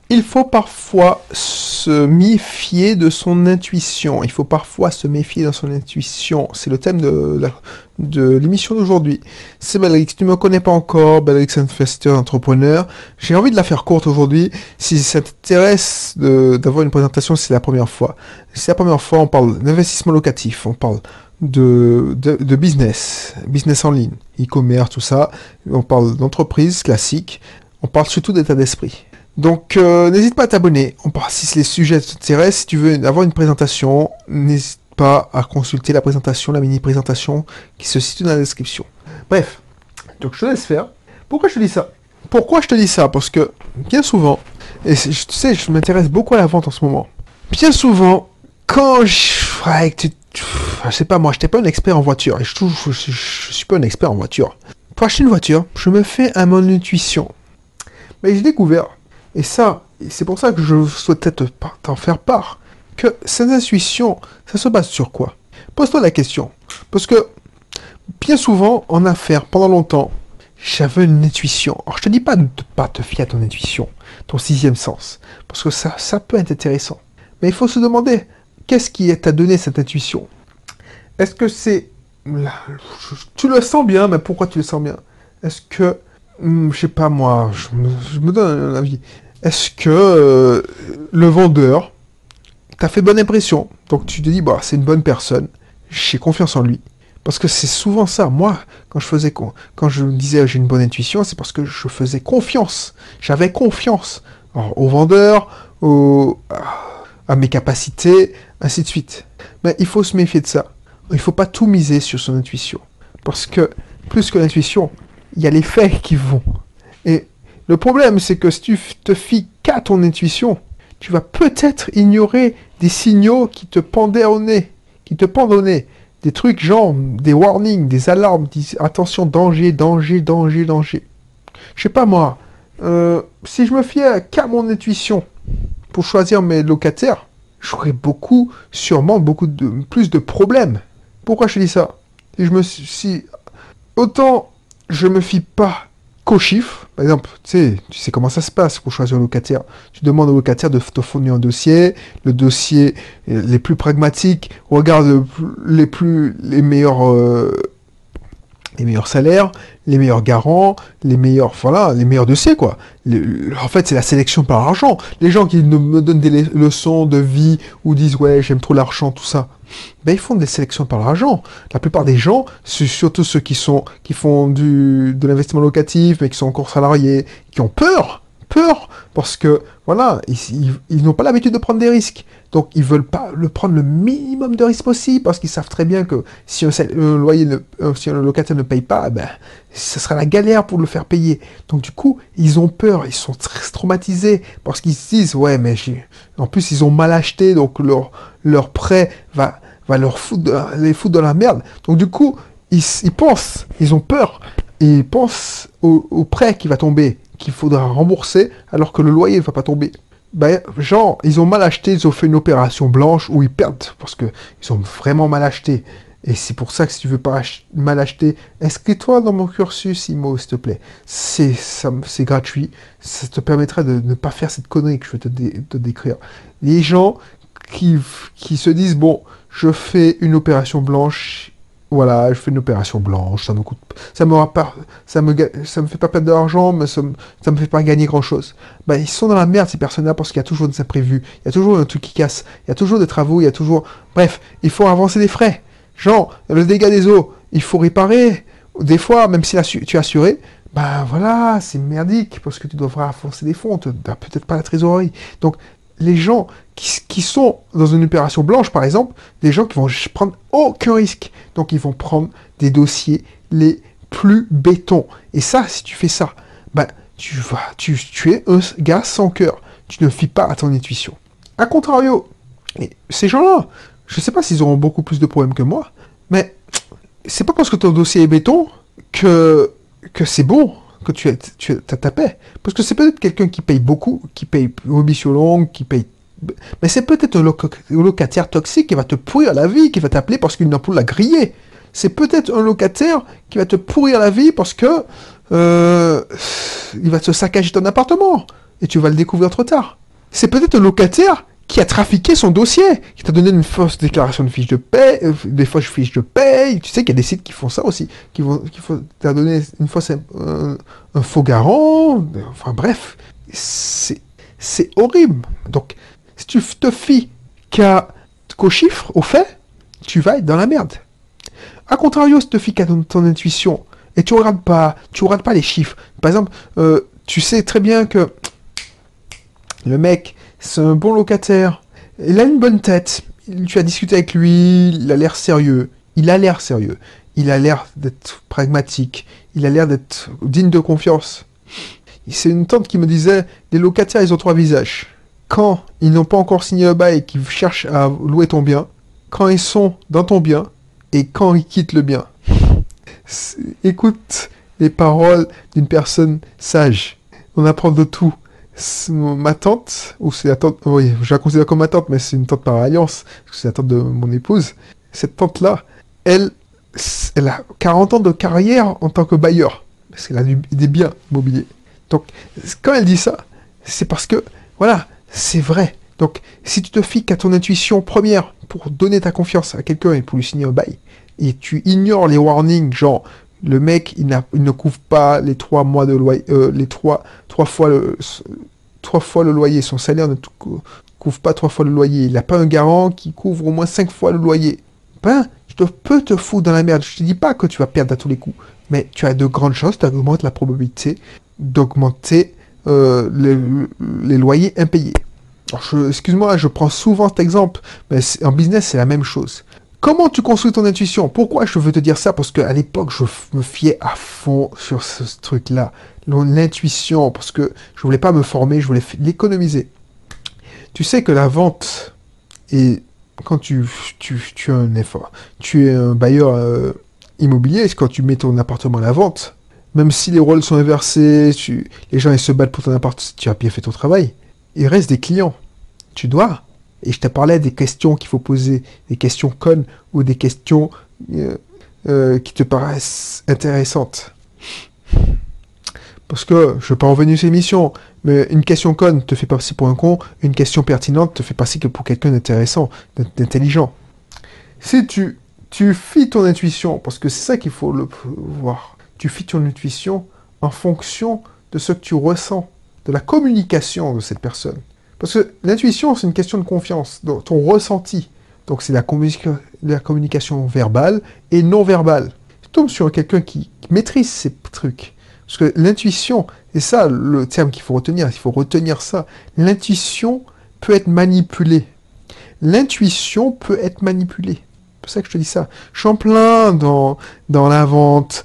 Il faut parfois se méfier de son intuition. Il faut parfois se méfier de son intuition. C'est le thème de l'émission d'aujourd'hui. C'est Belrix. Tu ne me connais pas encore, Belrix Investor Entrepreneur. J'ai envie de la faire courte aujourd'hui. Si ça t'intéresse d'avoir une présentation, c'est la première fois. C'est la première fois, on parle d'investissement locatif, on parle de business en ligne, e-commerce, tout ça. On parle d'entreprise classique. On parle surtout d'état d'esprit. Donc, n'hésite pas à t'abonner. Si les sujets t'intéressent, si tu veux avoir une présentation, n'hésite pas à consulter la présentation, la mini-présentation qui se situe dans la description. Bref, donc je te laisse faire. Pourquoi je te dis ça? Parce que, bien souvent, et tu sais, je m'intéresse beaucoup à la vente en ce moment. Bien souvent, quand je sais pas, moi, je n'étais pas un expert en voiture. Et je suis pas un expert en voiture. Pour acheter une voiture, je me fais à mon intuition. Mais j'ai découvert, et ça, c'est pour ça que je souhaitais t'en faire part, que cette intuition, ça se base sur quoi? Pose-toi la question. Parce que, bien souvent, en affaires, pendant longtemps, j'avais une intuition. Alors, je te dis pas de ne pas te fier à ton intuition, ton sixième sens, parce que ça peut être intéressant. Mais il faut se demander, qu'est-ce qui t'a donné cette intuition? Est-ce que c'est... Tu le sens bien, mais pourquoi tu le sens bien? Est-ce que... je sais pas moi, je me donne un avis. Est-ce que le vendeur t'a fait bonne impression? Donc tu te dis, bah, c'est une bonne personne, j'ai confiance en lui. Parce que c'est souvent ça. Moi, quand je me disais j'ai une bonne intuition, c'est parce que je faisais confiance. J'avais confiance au vendeur, à mes capacités, ainsi de suite. Mais il faut se méfier de ça. Il ne faut pas tout miser sur son intuition. Parce que, plus que l'intuition, il y a les faits qui vont. Et le problème, c'est que si tu te fies qu'à ton intuition, tu vas peut-être ignorer des signaux qui te pendaient au nez. Des trucs genre, des warnings, des alarmes, attention, danger, danger, danger, danger. Je sais pas moi, si je me fiais qu'à mon intuition pour choisir mes locataires, j'aurais sûrement plus de problèmes. Pourquoi je te dis ça? Autant je me fie pas qu'aux chiffres. Par exemple, tu sais comment ça se passe pour choisir un locataire. Tu demandes au locataire de te fournir un dossier. Le dossier, les plus pragmatiques, regarde les meilleurs salaires, les meilleurs garants, les meilleurs dossiers, quoi. En fait, c'est la sélection par l'argent. Les gens qui me donnent des leçons de vie ou disent, ouais, j'aime trop l'argent, tout ça, ben, ils font des sélections par l'argent. La plupart des gens, surtout ceux qui font de l'investissement locatif, mais qui sont encore salariés, qui ont peur, parce que, voilà, ils n'ont pas l'habitude de prendre des risques. Donc, ils veulent pas prendre le minimum de risques possible, parce qu'ils savent très bien que si si un locataire ne paye pas, ben, ce sera la galère pour le faire payer. Donc, du coup, ils ont peur, ils sont très traumatisés, parce qu'ils se disent, ouais, mais en plus, ils ont mal acheté, donc leur prêt va les foutre dans la merde. Donc, du coup, ils ont peur, et ils pensent au prêt qui va tomber, qu'il faudra rembourser, alors que le loyer ne va pas tomber. Ben, genre, ils ont mal acheté, ils ont fait une opération blanche où ils perdent, parce que ils ont vraiment mal acheté. Et c'est pour ça que si tu veux pas mal acheter, inscris-toi dans mon cursus IMO, s'il te plaît. C'est gratuit, ça te permettra de ne pas faire cette connerie que je vais te décrire. Les gens qui se disent, bon, je fais une opération blanche, voilà, je fais une opération blanche, ça me fait pas perdre de l'argent, mais ça me fait pas gagner grand chose. Ben, ils sont dans la merde, ces personnes-là, parce qu'il y a toujours des imprévus, il y a toujours un truc qui casse, il y a toujours des travaux, bref, il faut avancer des frais. Genre, le dégât des eaux, il faut réparer. Des fois, même si tu es assuré, ben voilà, c'est merdique, parce que tu devras avancer des fonds, tu n'as peut-être pas la trésorerie. Donc, les gens qui sont dans une opération blanche, par exemple, des gens qui vont prendre aucun risque. Donc, ils vont prendre des dossiers les plus béton. Et ça, si tu fais ça, ben, tu es un gars sans cœur. Tu ne fies pas à ton intuition. A contrario, ces gens-là, je ne sais pas s'ils auront beaucoup plus de problèmes que moi, mais c'est pas parce que ton dossier est béton que c'est bon, que tu as ta paix. Parce que c'est peut-être quelqu'un qui paye beaucoup, qui paye au mission longue, qui paye... Mais c'est peut-être un locataire toxique qui va te pourrir la vie, qui va t'appeler parce qu'une ampoule l'a grillé. C'est peut-être un locataire qui va te pourrir la vie parce que il va te saccager ton appartement. et tu vas le découvrir trop tard. C'est peut-être un locataire qui a trafiqué son dossier, qui t'a donné une fausse déclaration de fiche de paie, des fausses fiches de paie. Tu sais qu'il y a des sites qui font ça aussi, t'a donné une fausse, un faux garant. Enfin bref, c'est horrible. Donc, si tu te fies qu'aux chiffres, aux faits, tu vas être dans la merde. A contrario, si tu te fies qu'à ton intuition et tu regardes pas les chiffres. Par exemple, tu sais très bien que le mec, c'est un bon locataire. Il a une bonne tête. Tu as discuté avec lui. Il a l'air sérieux. Il a l'air d'être pragmatique. Il a l'air d'être digne de confiance. C'est une tante qui me disait, les locataires, ils ont 3 visages. Quand ils n'ont pas encore signé le bail et qu'ils cherchent à louer ton bien, quand ils sont dans ton bien, et quand ils quittent le bien. Écoute les paroles d'une personne sage. On apprend de tout. Ma tante, ou c'est la tante, oui, je la considère comme ma tante, mais c'est une tante par alliance, parce que c'est la tante de mon épouse. Cette tante-là, elle a 40 ans de carrière en tant que bailleur, parce qu'elle a des biens immobiliers. Donc, quand elle dit ça, c'est parce que, voilà, c'est vrai. Donc, si tu te fies qu'à ton intuition première pour donner ta confiance à quelqu'un et pour lui signer un bail, et tu ignores les warnings, genre, le mec, il ne couvre pas les 3 mois de loyer, les 3 fois le loyer, son salaire ne couvre pas 3 fois le loyer, il n'a pas un garant qui couvre au moins 5 fois le loyer. Ben, je peux te foutre dans la merde. Je te dis pas que tu vas perdre à tous les coups, mais tu as de grandes chances, tu augmentes la probabilité d'augmenter les loyers impayés. Excuse-moi, je prends souvent cet exemple, mais en business, c'est la même chose. Comment tu construis ton intuition? Pourquoi je veux te dire ça? Parce qu'à l'époque, je me fiais à fond sur ce truc-là. L'intuition, parce que je voulais pas me former, je voulais l'économiser. Tu sais que la vente, et quand tu as un effort, tu es un bailleur immobilier, quand tu mets ton appartement à la vente, même si les rôles sont inversés, les gens ils se battent pour ton appart, si tu as bien fait ton travail, il reste des clients. Tu dois. Et je te parlais des questions qu'il faut poser, des questions connes ou des questions qui te paraissent intéressantes. Parce que, je ne veux pas revenir sur l'émission, mais une question conne te fait passer pour un con, une question pertinente te fait passer que pour quelqu'un d'intéressant, d'intelligent. Si tu fies ton intuition, parce que c'est ça qu'il faut le voir, tu fies ton intuition en fonction de ce que tu ressens, de la communication de cette personne. Parce que l'intuition, c'est une question de confiance, dans ton ressenti. Donc c'est la communication verbale et non verbale. Tu tombes sur quelqu'un qui maîtrise ces trucs. Parce que l'intuition, et ça le terme qu'il faut retenir, il faut retenir ça. L'intuition peut être manipulée. L'intuition peut être manipulée. C'est pour ça que je te dis ça. Je suis en plein dans la vente.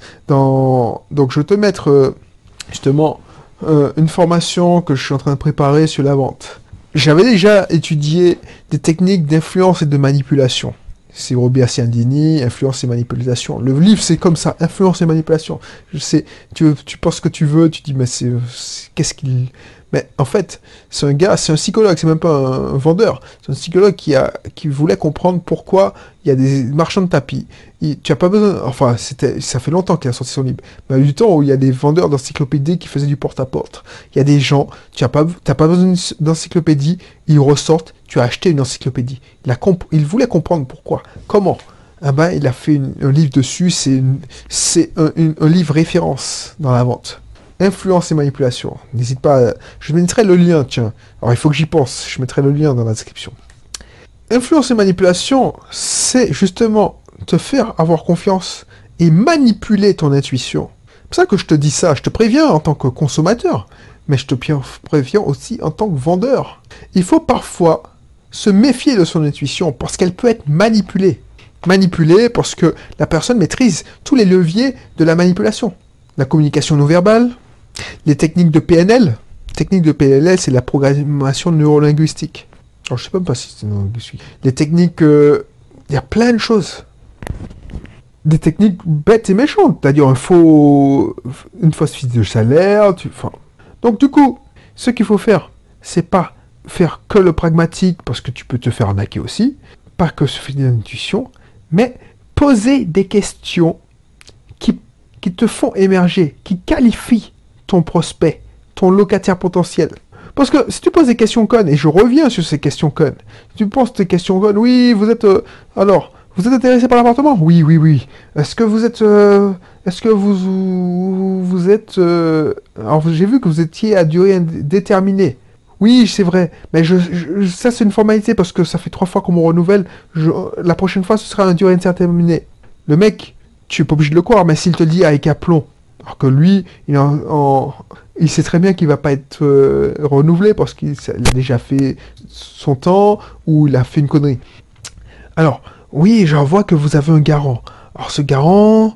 Donc je vais te mettre justement une formation que je suis en train de préparer sur la vente. J'avais déjà étudié des techniques d'influence et de manipulation. C'est Robert Cialdini, influence et manipulation. Le livre, c'est comme ça, influence et manipulation. Je sais, tu penses ce que tu veux, tu dis, mais qu'est-ce qu'il... Mais en fait, c'est un gars, c'est un psychologue, c'est même pas un vendeur. C'est un psychologue qui voulait comprendre pourquoi il y a des marchands de tapis. Tu as pas besoin... Enfin, ça fait longtemps qu'il a sorti son livre. Mais il y a eu du temps où il y a des vendeurs d'encyclopédies qui faisaient du porte-à-porte. Il y a des gens, t'as pas besoin d'encyclopédie, ils ressortent, tu as acheté une encyclopédie. Il voulait comprendre pourquoi. Comment? Ah ben, il a fait un livre dessus, c'est un livre référence dans la vente. Influence et manipulation. N'hésite pas, je mettrai le lien, tiens. Alors il faut que j'y pense, je mettrai le lien dans la description. Influence et manipulation, c'est justement te faire avoir confiance et manipuler ton intuition. C'est pour ça que je te dis ça, je te préviens en tant que consommateur, mais je te préviens aussi en tant que vendeur. Il faut parfois se méfier de son intuition parce qu'elle peut être manipulée. Manipulée parce que la personne maîtrise tous les leviers de la manipulation. La communication non verbale, les techniques de PNL. Technique de PNL, c'est la programmation neurolinguistique. Alors, je sais même pas si c'est neurolinguistique. Les techniques... Il y a plein de choses. Des techniques bêtes et méchantes. C'est-à-dire une fausse fiche de salaire. Donc, du coup, ce qu'il faut faire, c'est pas faire que le pragmatique, parce que tu peux te faire arnaquer aussi. Pas que ce fait d'intuition. Mais poser des questions qui te font émerger, qui qualifient ton prospect, ton locataire potentiel. Parce que si tu poses des questions connes, et je reviens sur ces questions connes, tu penses tes questions connes, oui, vous êtes... alors, vous êtes intéressé par l'appartement? Oui, oui, oui. Est-ce que vous êtes... est-ce que vous êtes... alors, j'ai vu que vous étiez à durée indéterminée. Oui, c'est vrai. Mais ça, c'est une formalité parce que ça fait 3 fois qu'on me renouvelle. La prochaine fois, ce sera une durée indéterminée. Le mec, tu es pas obligé de le croire, mais s'il te dit avec aplomb, alors que lui, il sait très bien qu'il va pas être renouvelé parce qu'il a déjà fait son temps ou il a fait une connerie. Alors, oui, je vois que vous avez un garant. Alors, ce garant...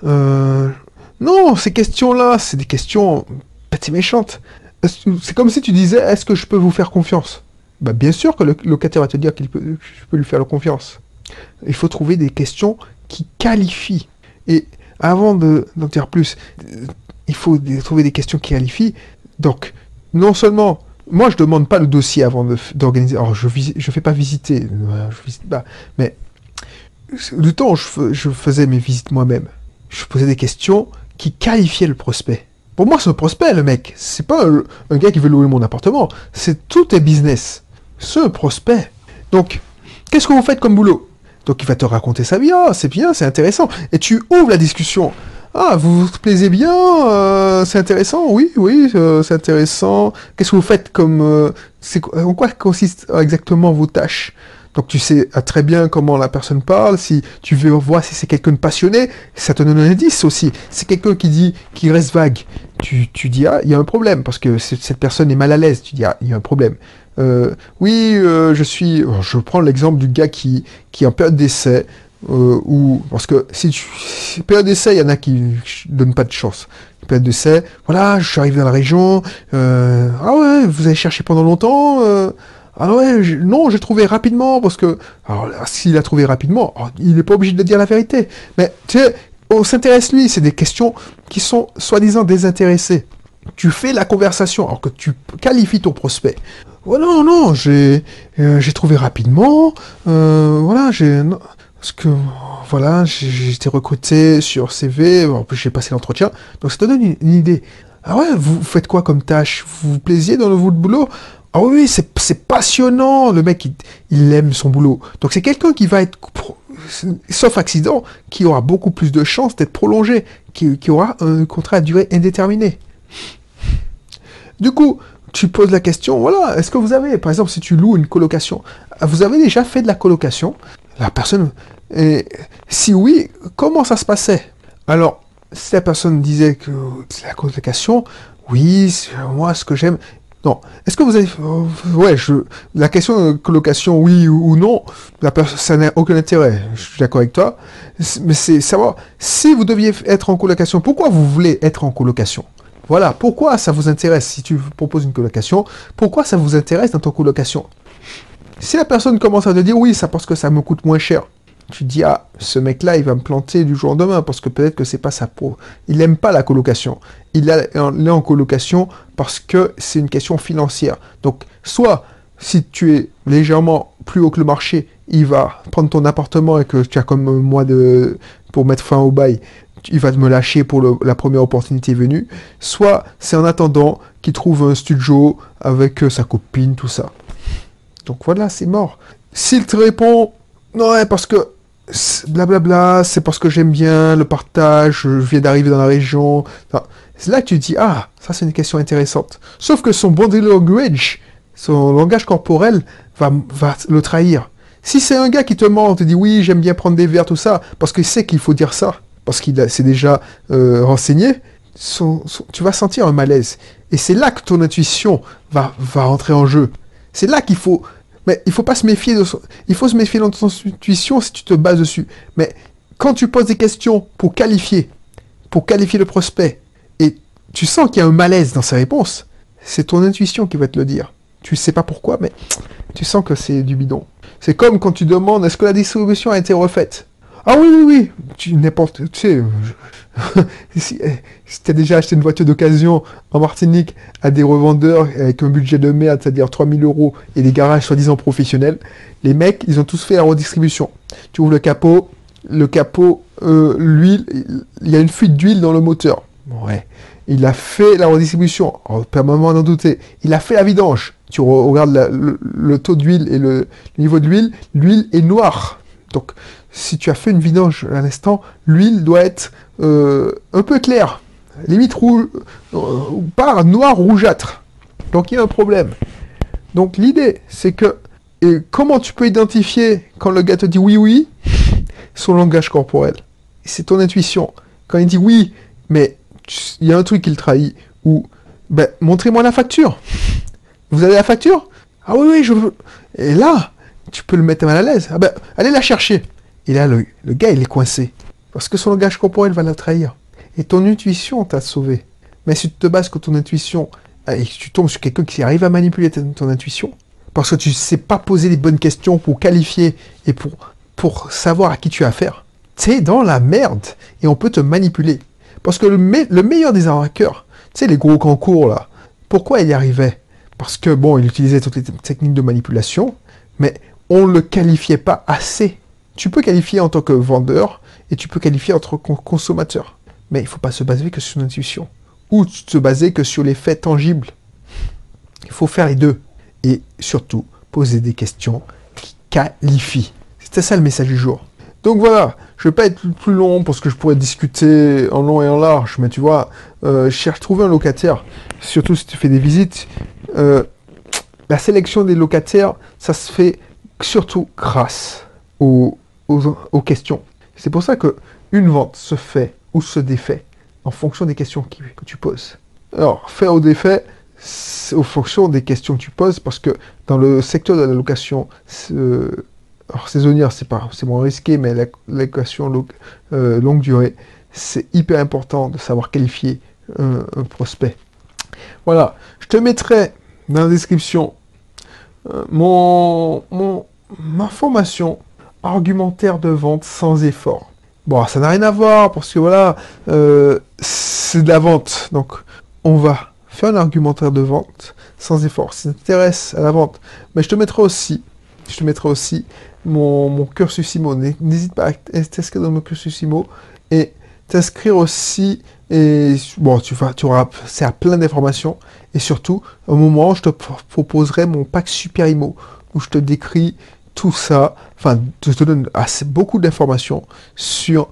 non, ces questions-là, c'est des questions bêtes et méchantes. C'est comme si tu disais, est-ce que je peux vous faire confiance? Bah, bien sûr que le locataire va te dire que je peux lui faire confiance. Il faut trouver des questions qui qualifient. Et avant d'en dire plus, il faut trouver des questions qui qualifient. Donc, non seulement, moi je demande pas le dossier avant d'organiser. Alors, je fais pas visiter, je visite pas. Mais du temps où je faisais mes visites moi-même, je posais des questions qui qualifiaient le prospect. Pour moi, c'est un prospect, le mec. C'est pas un gars qui veut louer mon appartement. C'est tout est business. C'est un prospect. Donc, qu'est-ce que vous faites comme boulot? Donc, il va te raconter sa vie. Ah, c'est bien, c'est intéressant. Et tu ouvres la discussion. Ah, vous vous plaisez bien, c'est intéressant. Oui, oui, c'est intéressant. Qu'est-ce que vous faites comme... en quoi consistent exactement vos tâches? Donc tu sais très bien comment la personne parle, si tu veux voir si c'est quelqu'un de passionné, ça te donne un indice aussi. C'est quelqu'un qui reste vague. Tu dis, ah, il y a un problème, parce que cette personne est mal à l'aise. Tu dis, ah, il y a un problème. Oui, je prends l'exemple du gars qui est en période d'essai, parce que période d'essai, il y en a qui ne donnent pas de chance. Période d'essai, voilà, je suis arrivé dans la région, ah ouais, vous avez cherché pendant longtemps, ah ouais, non, j'ai trouvé rapidement, parce que... Alors, s'il a trouvé rapidement, il n'est pas obligé de dire la vérité. Mais, tu sais, on s'intéresse lui, c'est des questions qui sont soi-disant désintéressées. Tu fais la conversation, alors que tu qualifies ton prospect. Oh non, non, j'ai trouvé rapidement, voilà, parce que, voilà, j'ai été recruté sur CV, en plus j'ai passé l'entretien, donc ça te donne une idée. Ah ouais, vous faites quoi comme tâche? Vous vous plaisiez dans votre boulot? Ah oui, c'est passionnant, le mec, il aime son boulot. Donc c'est quelqu'un qui va être, sauf accident, qui aura beaucoup plus de chances d'être prolongé, qui aura un contrat à durée indéterminée. Du coup, tu poses la question, voilà, est-ce que vous avez, par exemple, si tu loues une colocation, vous avez déjà fait de la colocation? La personne, si oui, comment ça se passait? Alors, si la personne disait que c'est la colocation, oui, moi, ce que j'aime... Non. Est-ce que vous avez... ouais, la question de colocation, oui ou non, ça n'a aucun intérêt. Je suis d'accord avec toi. Mais c'est savoir, si vous deviez être en colocation, pourquoi vous voulez être en colocation? Voilà, pourquoi ça vous intéresse? Si tu proposes une colocation, pourquoi ça vous intéresse dans ton colocation? Si la personne commence à te dire, oui, ça parce que ça me coûte moins cher, tu dis, ah, ce mec-là, il va me planter du jour au lendemain, parce que peut-être que c'est pas sa peau. Il n'aime pas la colocation. Il est en colocation parce que c'est une question financière. Donc, soit, si tu es légèrement plus haut que le marché, il va prendre ton appartement et que tu as comme un mois pour mettre fin au bail, il va me lâcher pour la première opportunité venue. Soit, c'est en attendant qu'il trouve un studio avec sa copine, tout ça. Donc voilà, c'est mort. S'il te répond, non, parce que blablabla, c'est parce que j'aime bien le partage, je viens d'arriver dans la région. C'est là que tu dis, ah, ça c'est une question intéressante. Sauf que son body language, son langage corporel va le trahir. Si c'est un gars qui te ment, te dit oui, j'aime bien prendre des verres, tout ça, parce qu'il sait qu'il faut dire ça, parce qu'il s'est déjà renseigné, tu vas sentir un malaise. Et c'est là que ton intuition va rentrer en jeu. C'est là qu'il faut... Mais il faut pas se méfier il faut se méfier de ton intuition si tu te bases dessus. Mais quand tu poses des questions pour qualifier le prospect, et tu sens qu'il y a un malaise dans ses réponses, c'est ton intuition qui va te le dire. Tu sais pas pourquoi, mais tu sens que c'est du bidon. C'est comme quand tu demandes, est-ce que la distribution a été refaite? Ah oui, oui, oui. Tu sais, si tu as déjà acheté une voiture d'occasion en Martinique à des revendeurs avec un budget de merde, c'est-à-dire 3000 € et des garages soi-disant professionnels, les mecs, ils ont tous fait la redistribution. Tu ouvres le capot, l'huile, il y a une fuite d'huile dans le moteur. Ouais. il a fait la redistribution, alors, pas un moment d'en douter, il a fait la vidange. Tu regardes le taux d'huile et le niveau de l'huile est noire. Donc, si tu as fait une vidange à l'instant, l'huile doit être un peu claire, limite rouge, pas noir rougeâtre. Donc, il y a un problème. Donc, l'idée, c'est que, et comment tu peux identifier quand le gars te dit oui, oui, son langage corporel. C'est ton intuition. Quand il dit oui, mais il y a un truc qui le trahit, ou, ben, montrez-moi la facture. Vous avez la facture? Ah oui, oui, je veux. Et là, tu peux le mettre mal à l'aise. Ah ben, allez la chercher. Et là, le gars, il est coincé. Parce que son langage corporel va la trahir. Et ton intuition t'a sauvé. Mais si tu te bases sur ton intuition, et que tu tombes sur quelqu'un qui arrive à manipuler ton intuition, parce que tu ne sais pas poser les bonnes questions pour qualifier et pour savoir à qui tu as affaire, t'es dans la merde. Et on peut te manipuler. Parce que le meilleur des arnaqueurs, tu sais, les gros concours, là, pourquoi il y arrivait? Parce que, bon, il utilisait toutes les techniques de manipulation, mais on ne le qualifiait pas assez. Tu peux qualifier en tant que vendeur, et tu peux qualifier en tant que consommateur. Mais il ne faut pas se baser que sur l'intuition. Ou se baser que sur les faits tangibles. Il faut faire les deux. Et surtout, poser des questions qui qualifient. C'était ça le message du jour. Donc voilà, je ne vais pas être plus long parce que je pourrais discuter en long et en large, mais tu vois, cherche trouver un locataire, surtout si tu fais des visites. La sélection des locataires, ça se fait surtout grâce aux questions. C'est pour ça que une vente se fait ou se défait en fonction des questions que tu poses. Alors, fait ou défait, c'est en fonction des questions que tu poses, parce que dans le secteur de la location saisonnière, c'est moins risqué, mais la location longue durée, c'est hyper important de savoir qualifier un prospect. Voilà, je te mettrai dans la description ma formation argumentaire de vente sans effort. Bon, ça n'a rien à voir parce que voilà, c'est de la vente. Donc, on va faire un argumentaire de vente sans effort. Si ça t'intéresse à la vente, mais je te mettrai aussi mon cursus IMO. N'hésite pas à t'inscrire dans mon cursus IMO et t'inscrire aussi. Et bon, tu auras accès à plein d'informations. Et surtout, au moment, je te proposerai mon pack Super IMO où je te décris tout ça. Enfin, je te donne beaucoup d'informations sur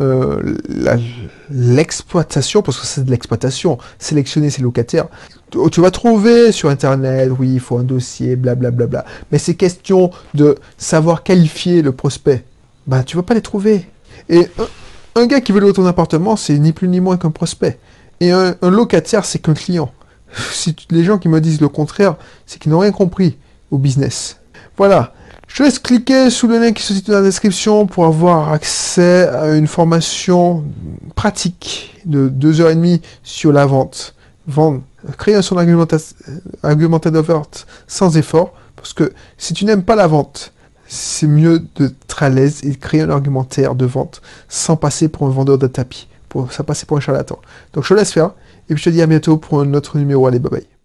l'exploitation, parce que c'est de l'exploitation, sélectionner ses locataires. Tu vas trouver sur Internet, oui, il faut un dossier, blablabla. Bla, bla, bla. Mais ces questions de savoir qualifier le prospect, ben, tu vas pas les trouver. Et un gars qui veut louer ton appartement, c'est ni plus ni moins qu'un prospect. Et un locataire, c'est qu'un client. Si les gens qui me disent le contraire, c'est qu'ils n'ont rien compris au business. Voilà. Je te laisse cliquer sous le lien qui se situe dans la description pour avoir accès à une formation pratique de 2h30 sur la vente. Créer son argumentaire de vente sans effort, parce que si tu n'aimes pas la vente, c'est mieux d'être à l'aise et de créer un argumentaire de vente sans passer pour un vendeur de tapis, sans passer pour un charlatan. Donc je te laisse faire, et puis je te dis à bientôt pour un autre numéro. Allez, bye bye.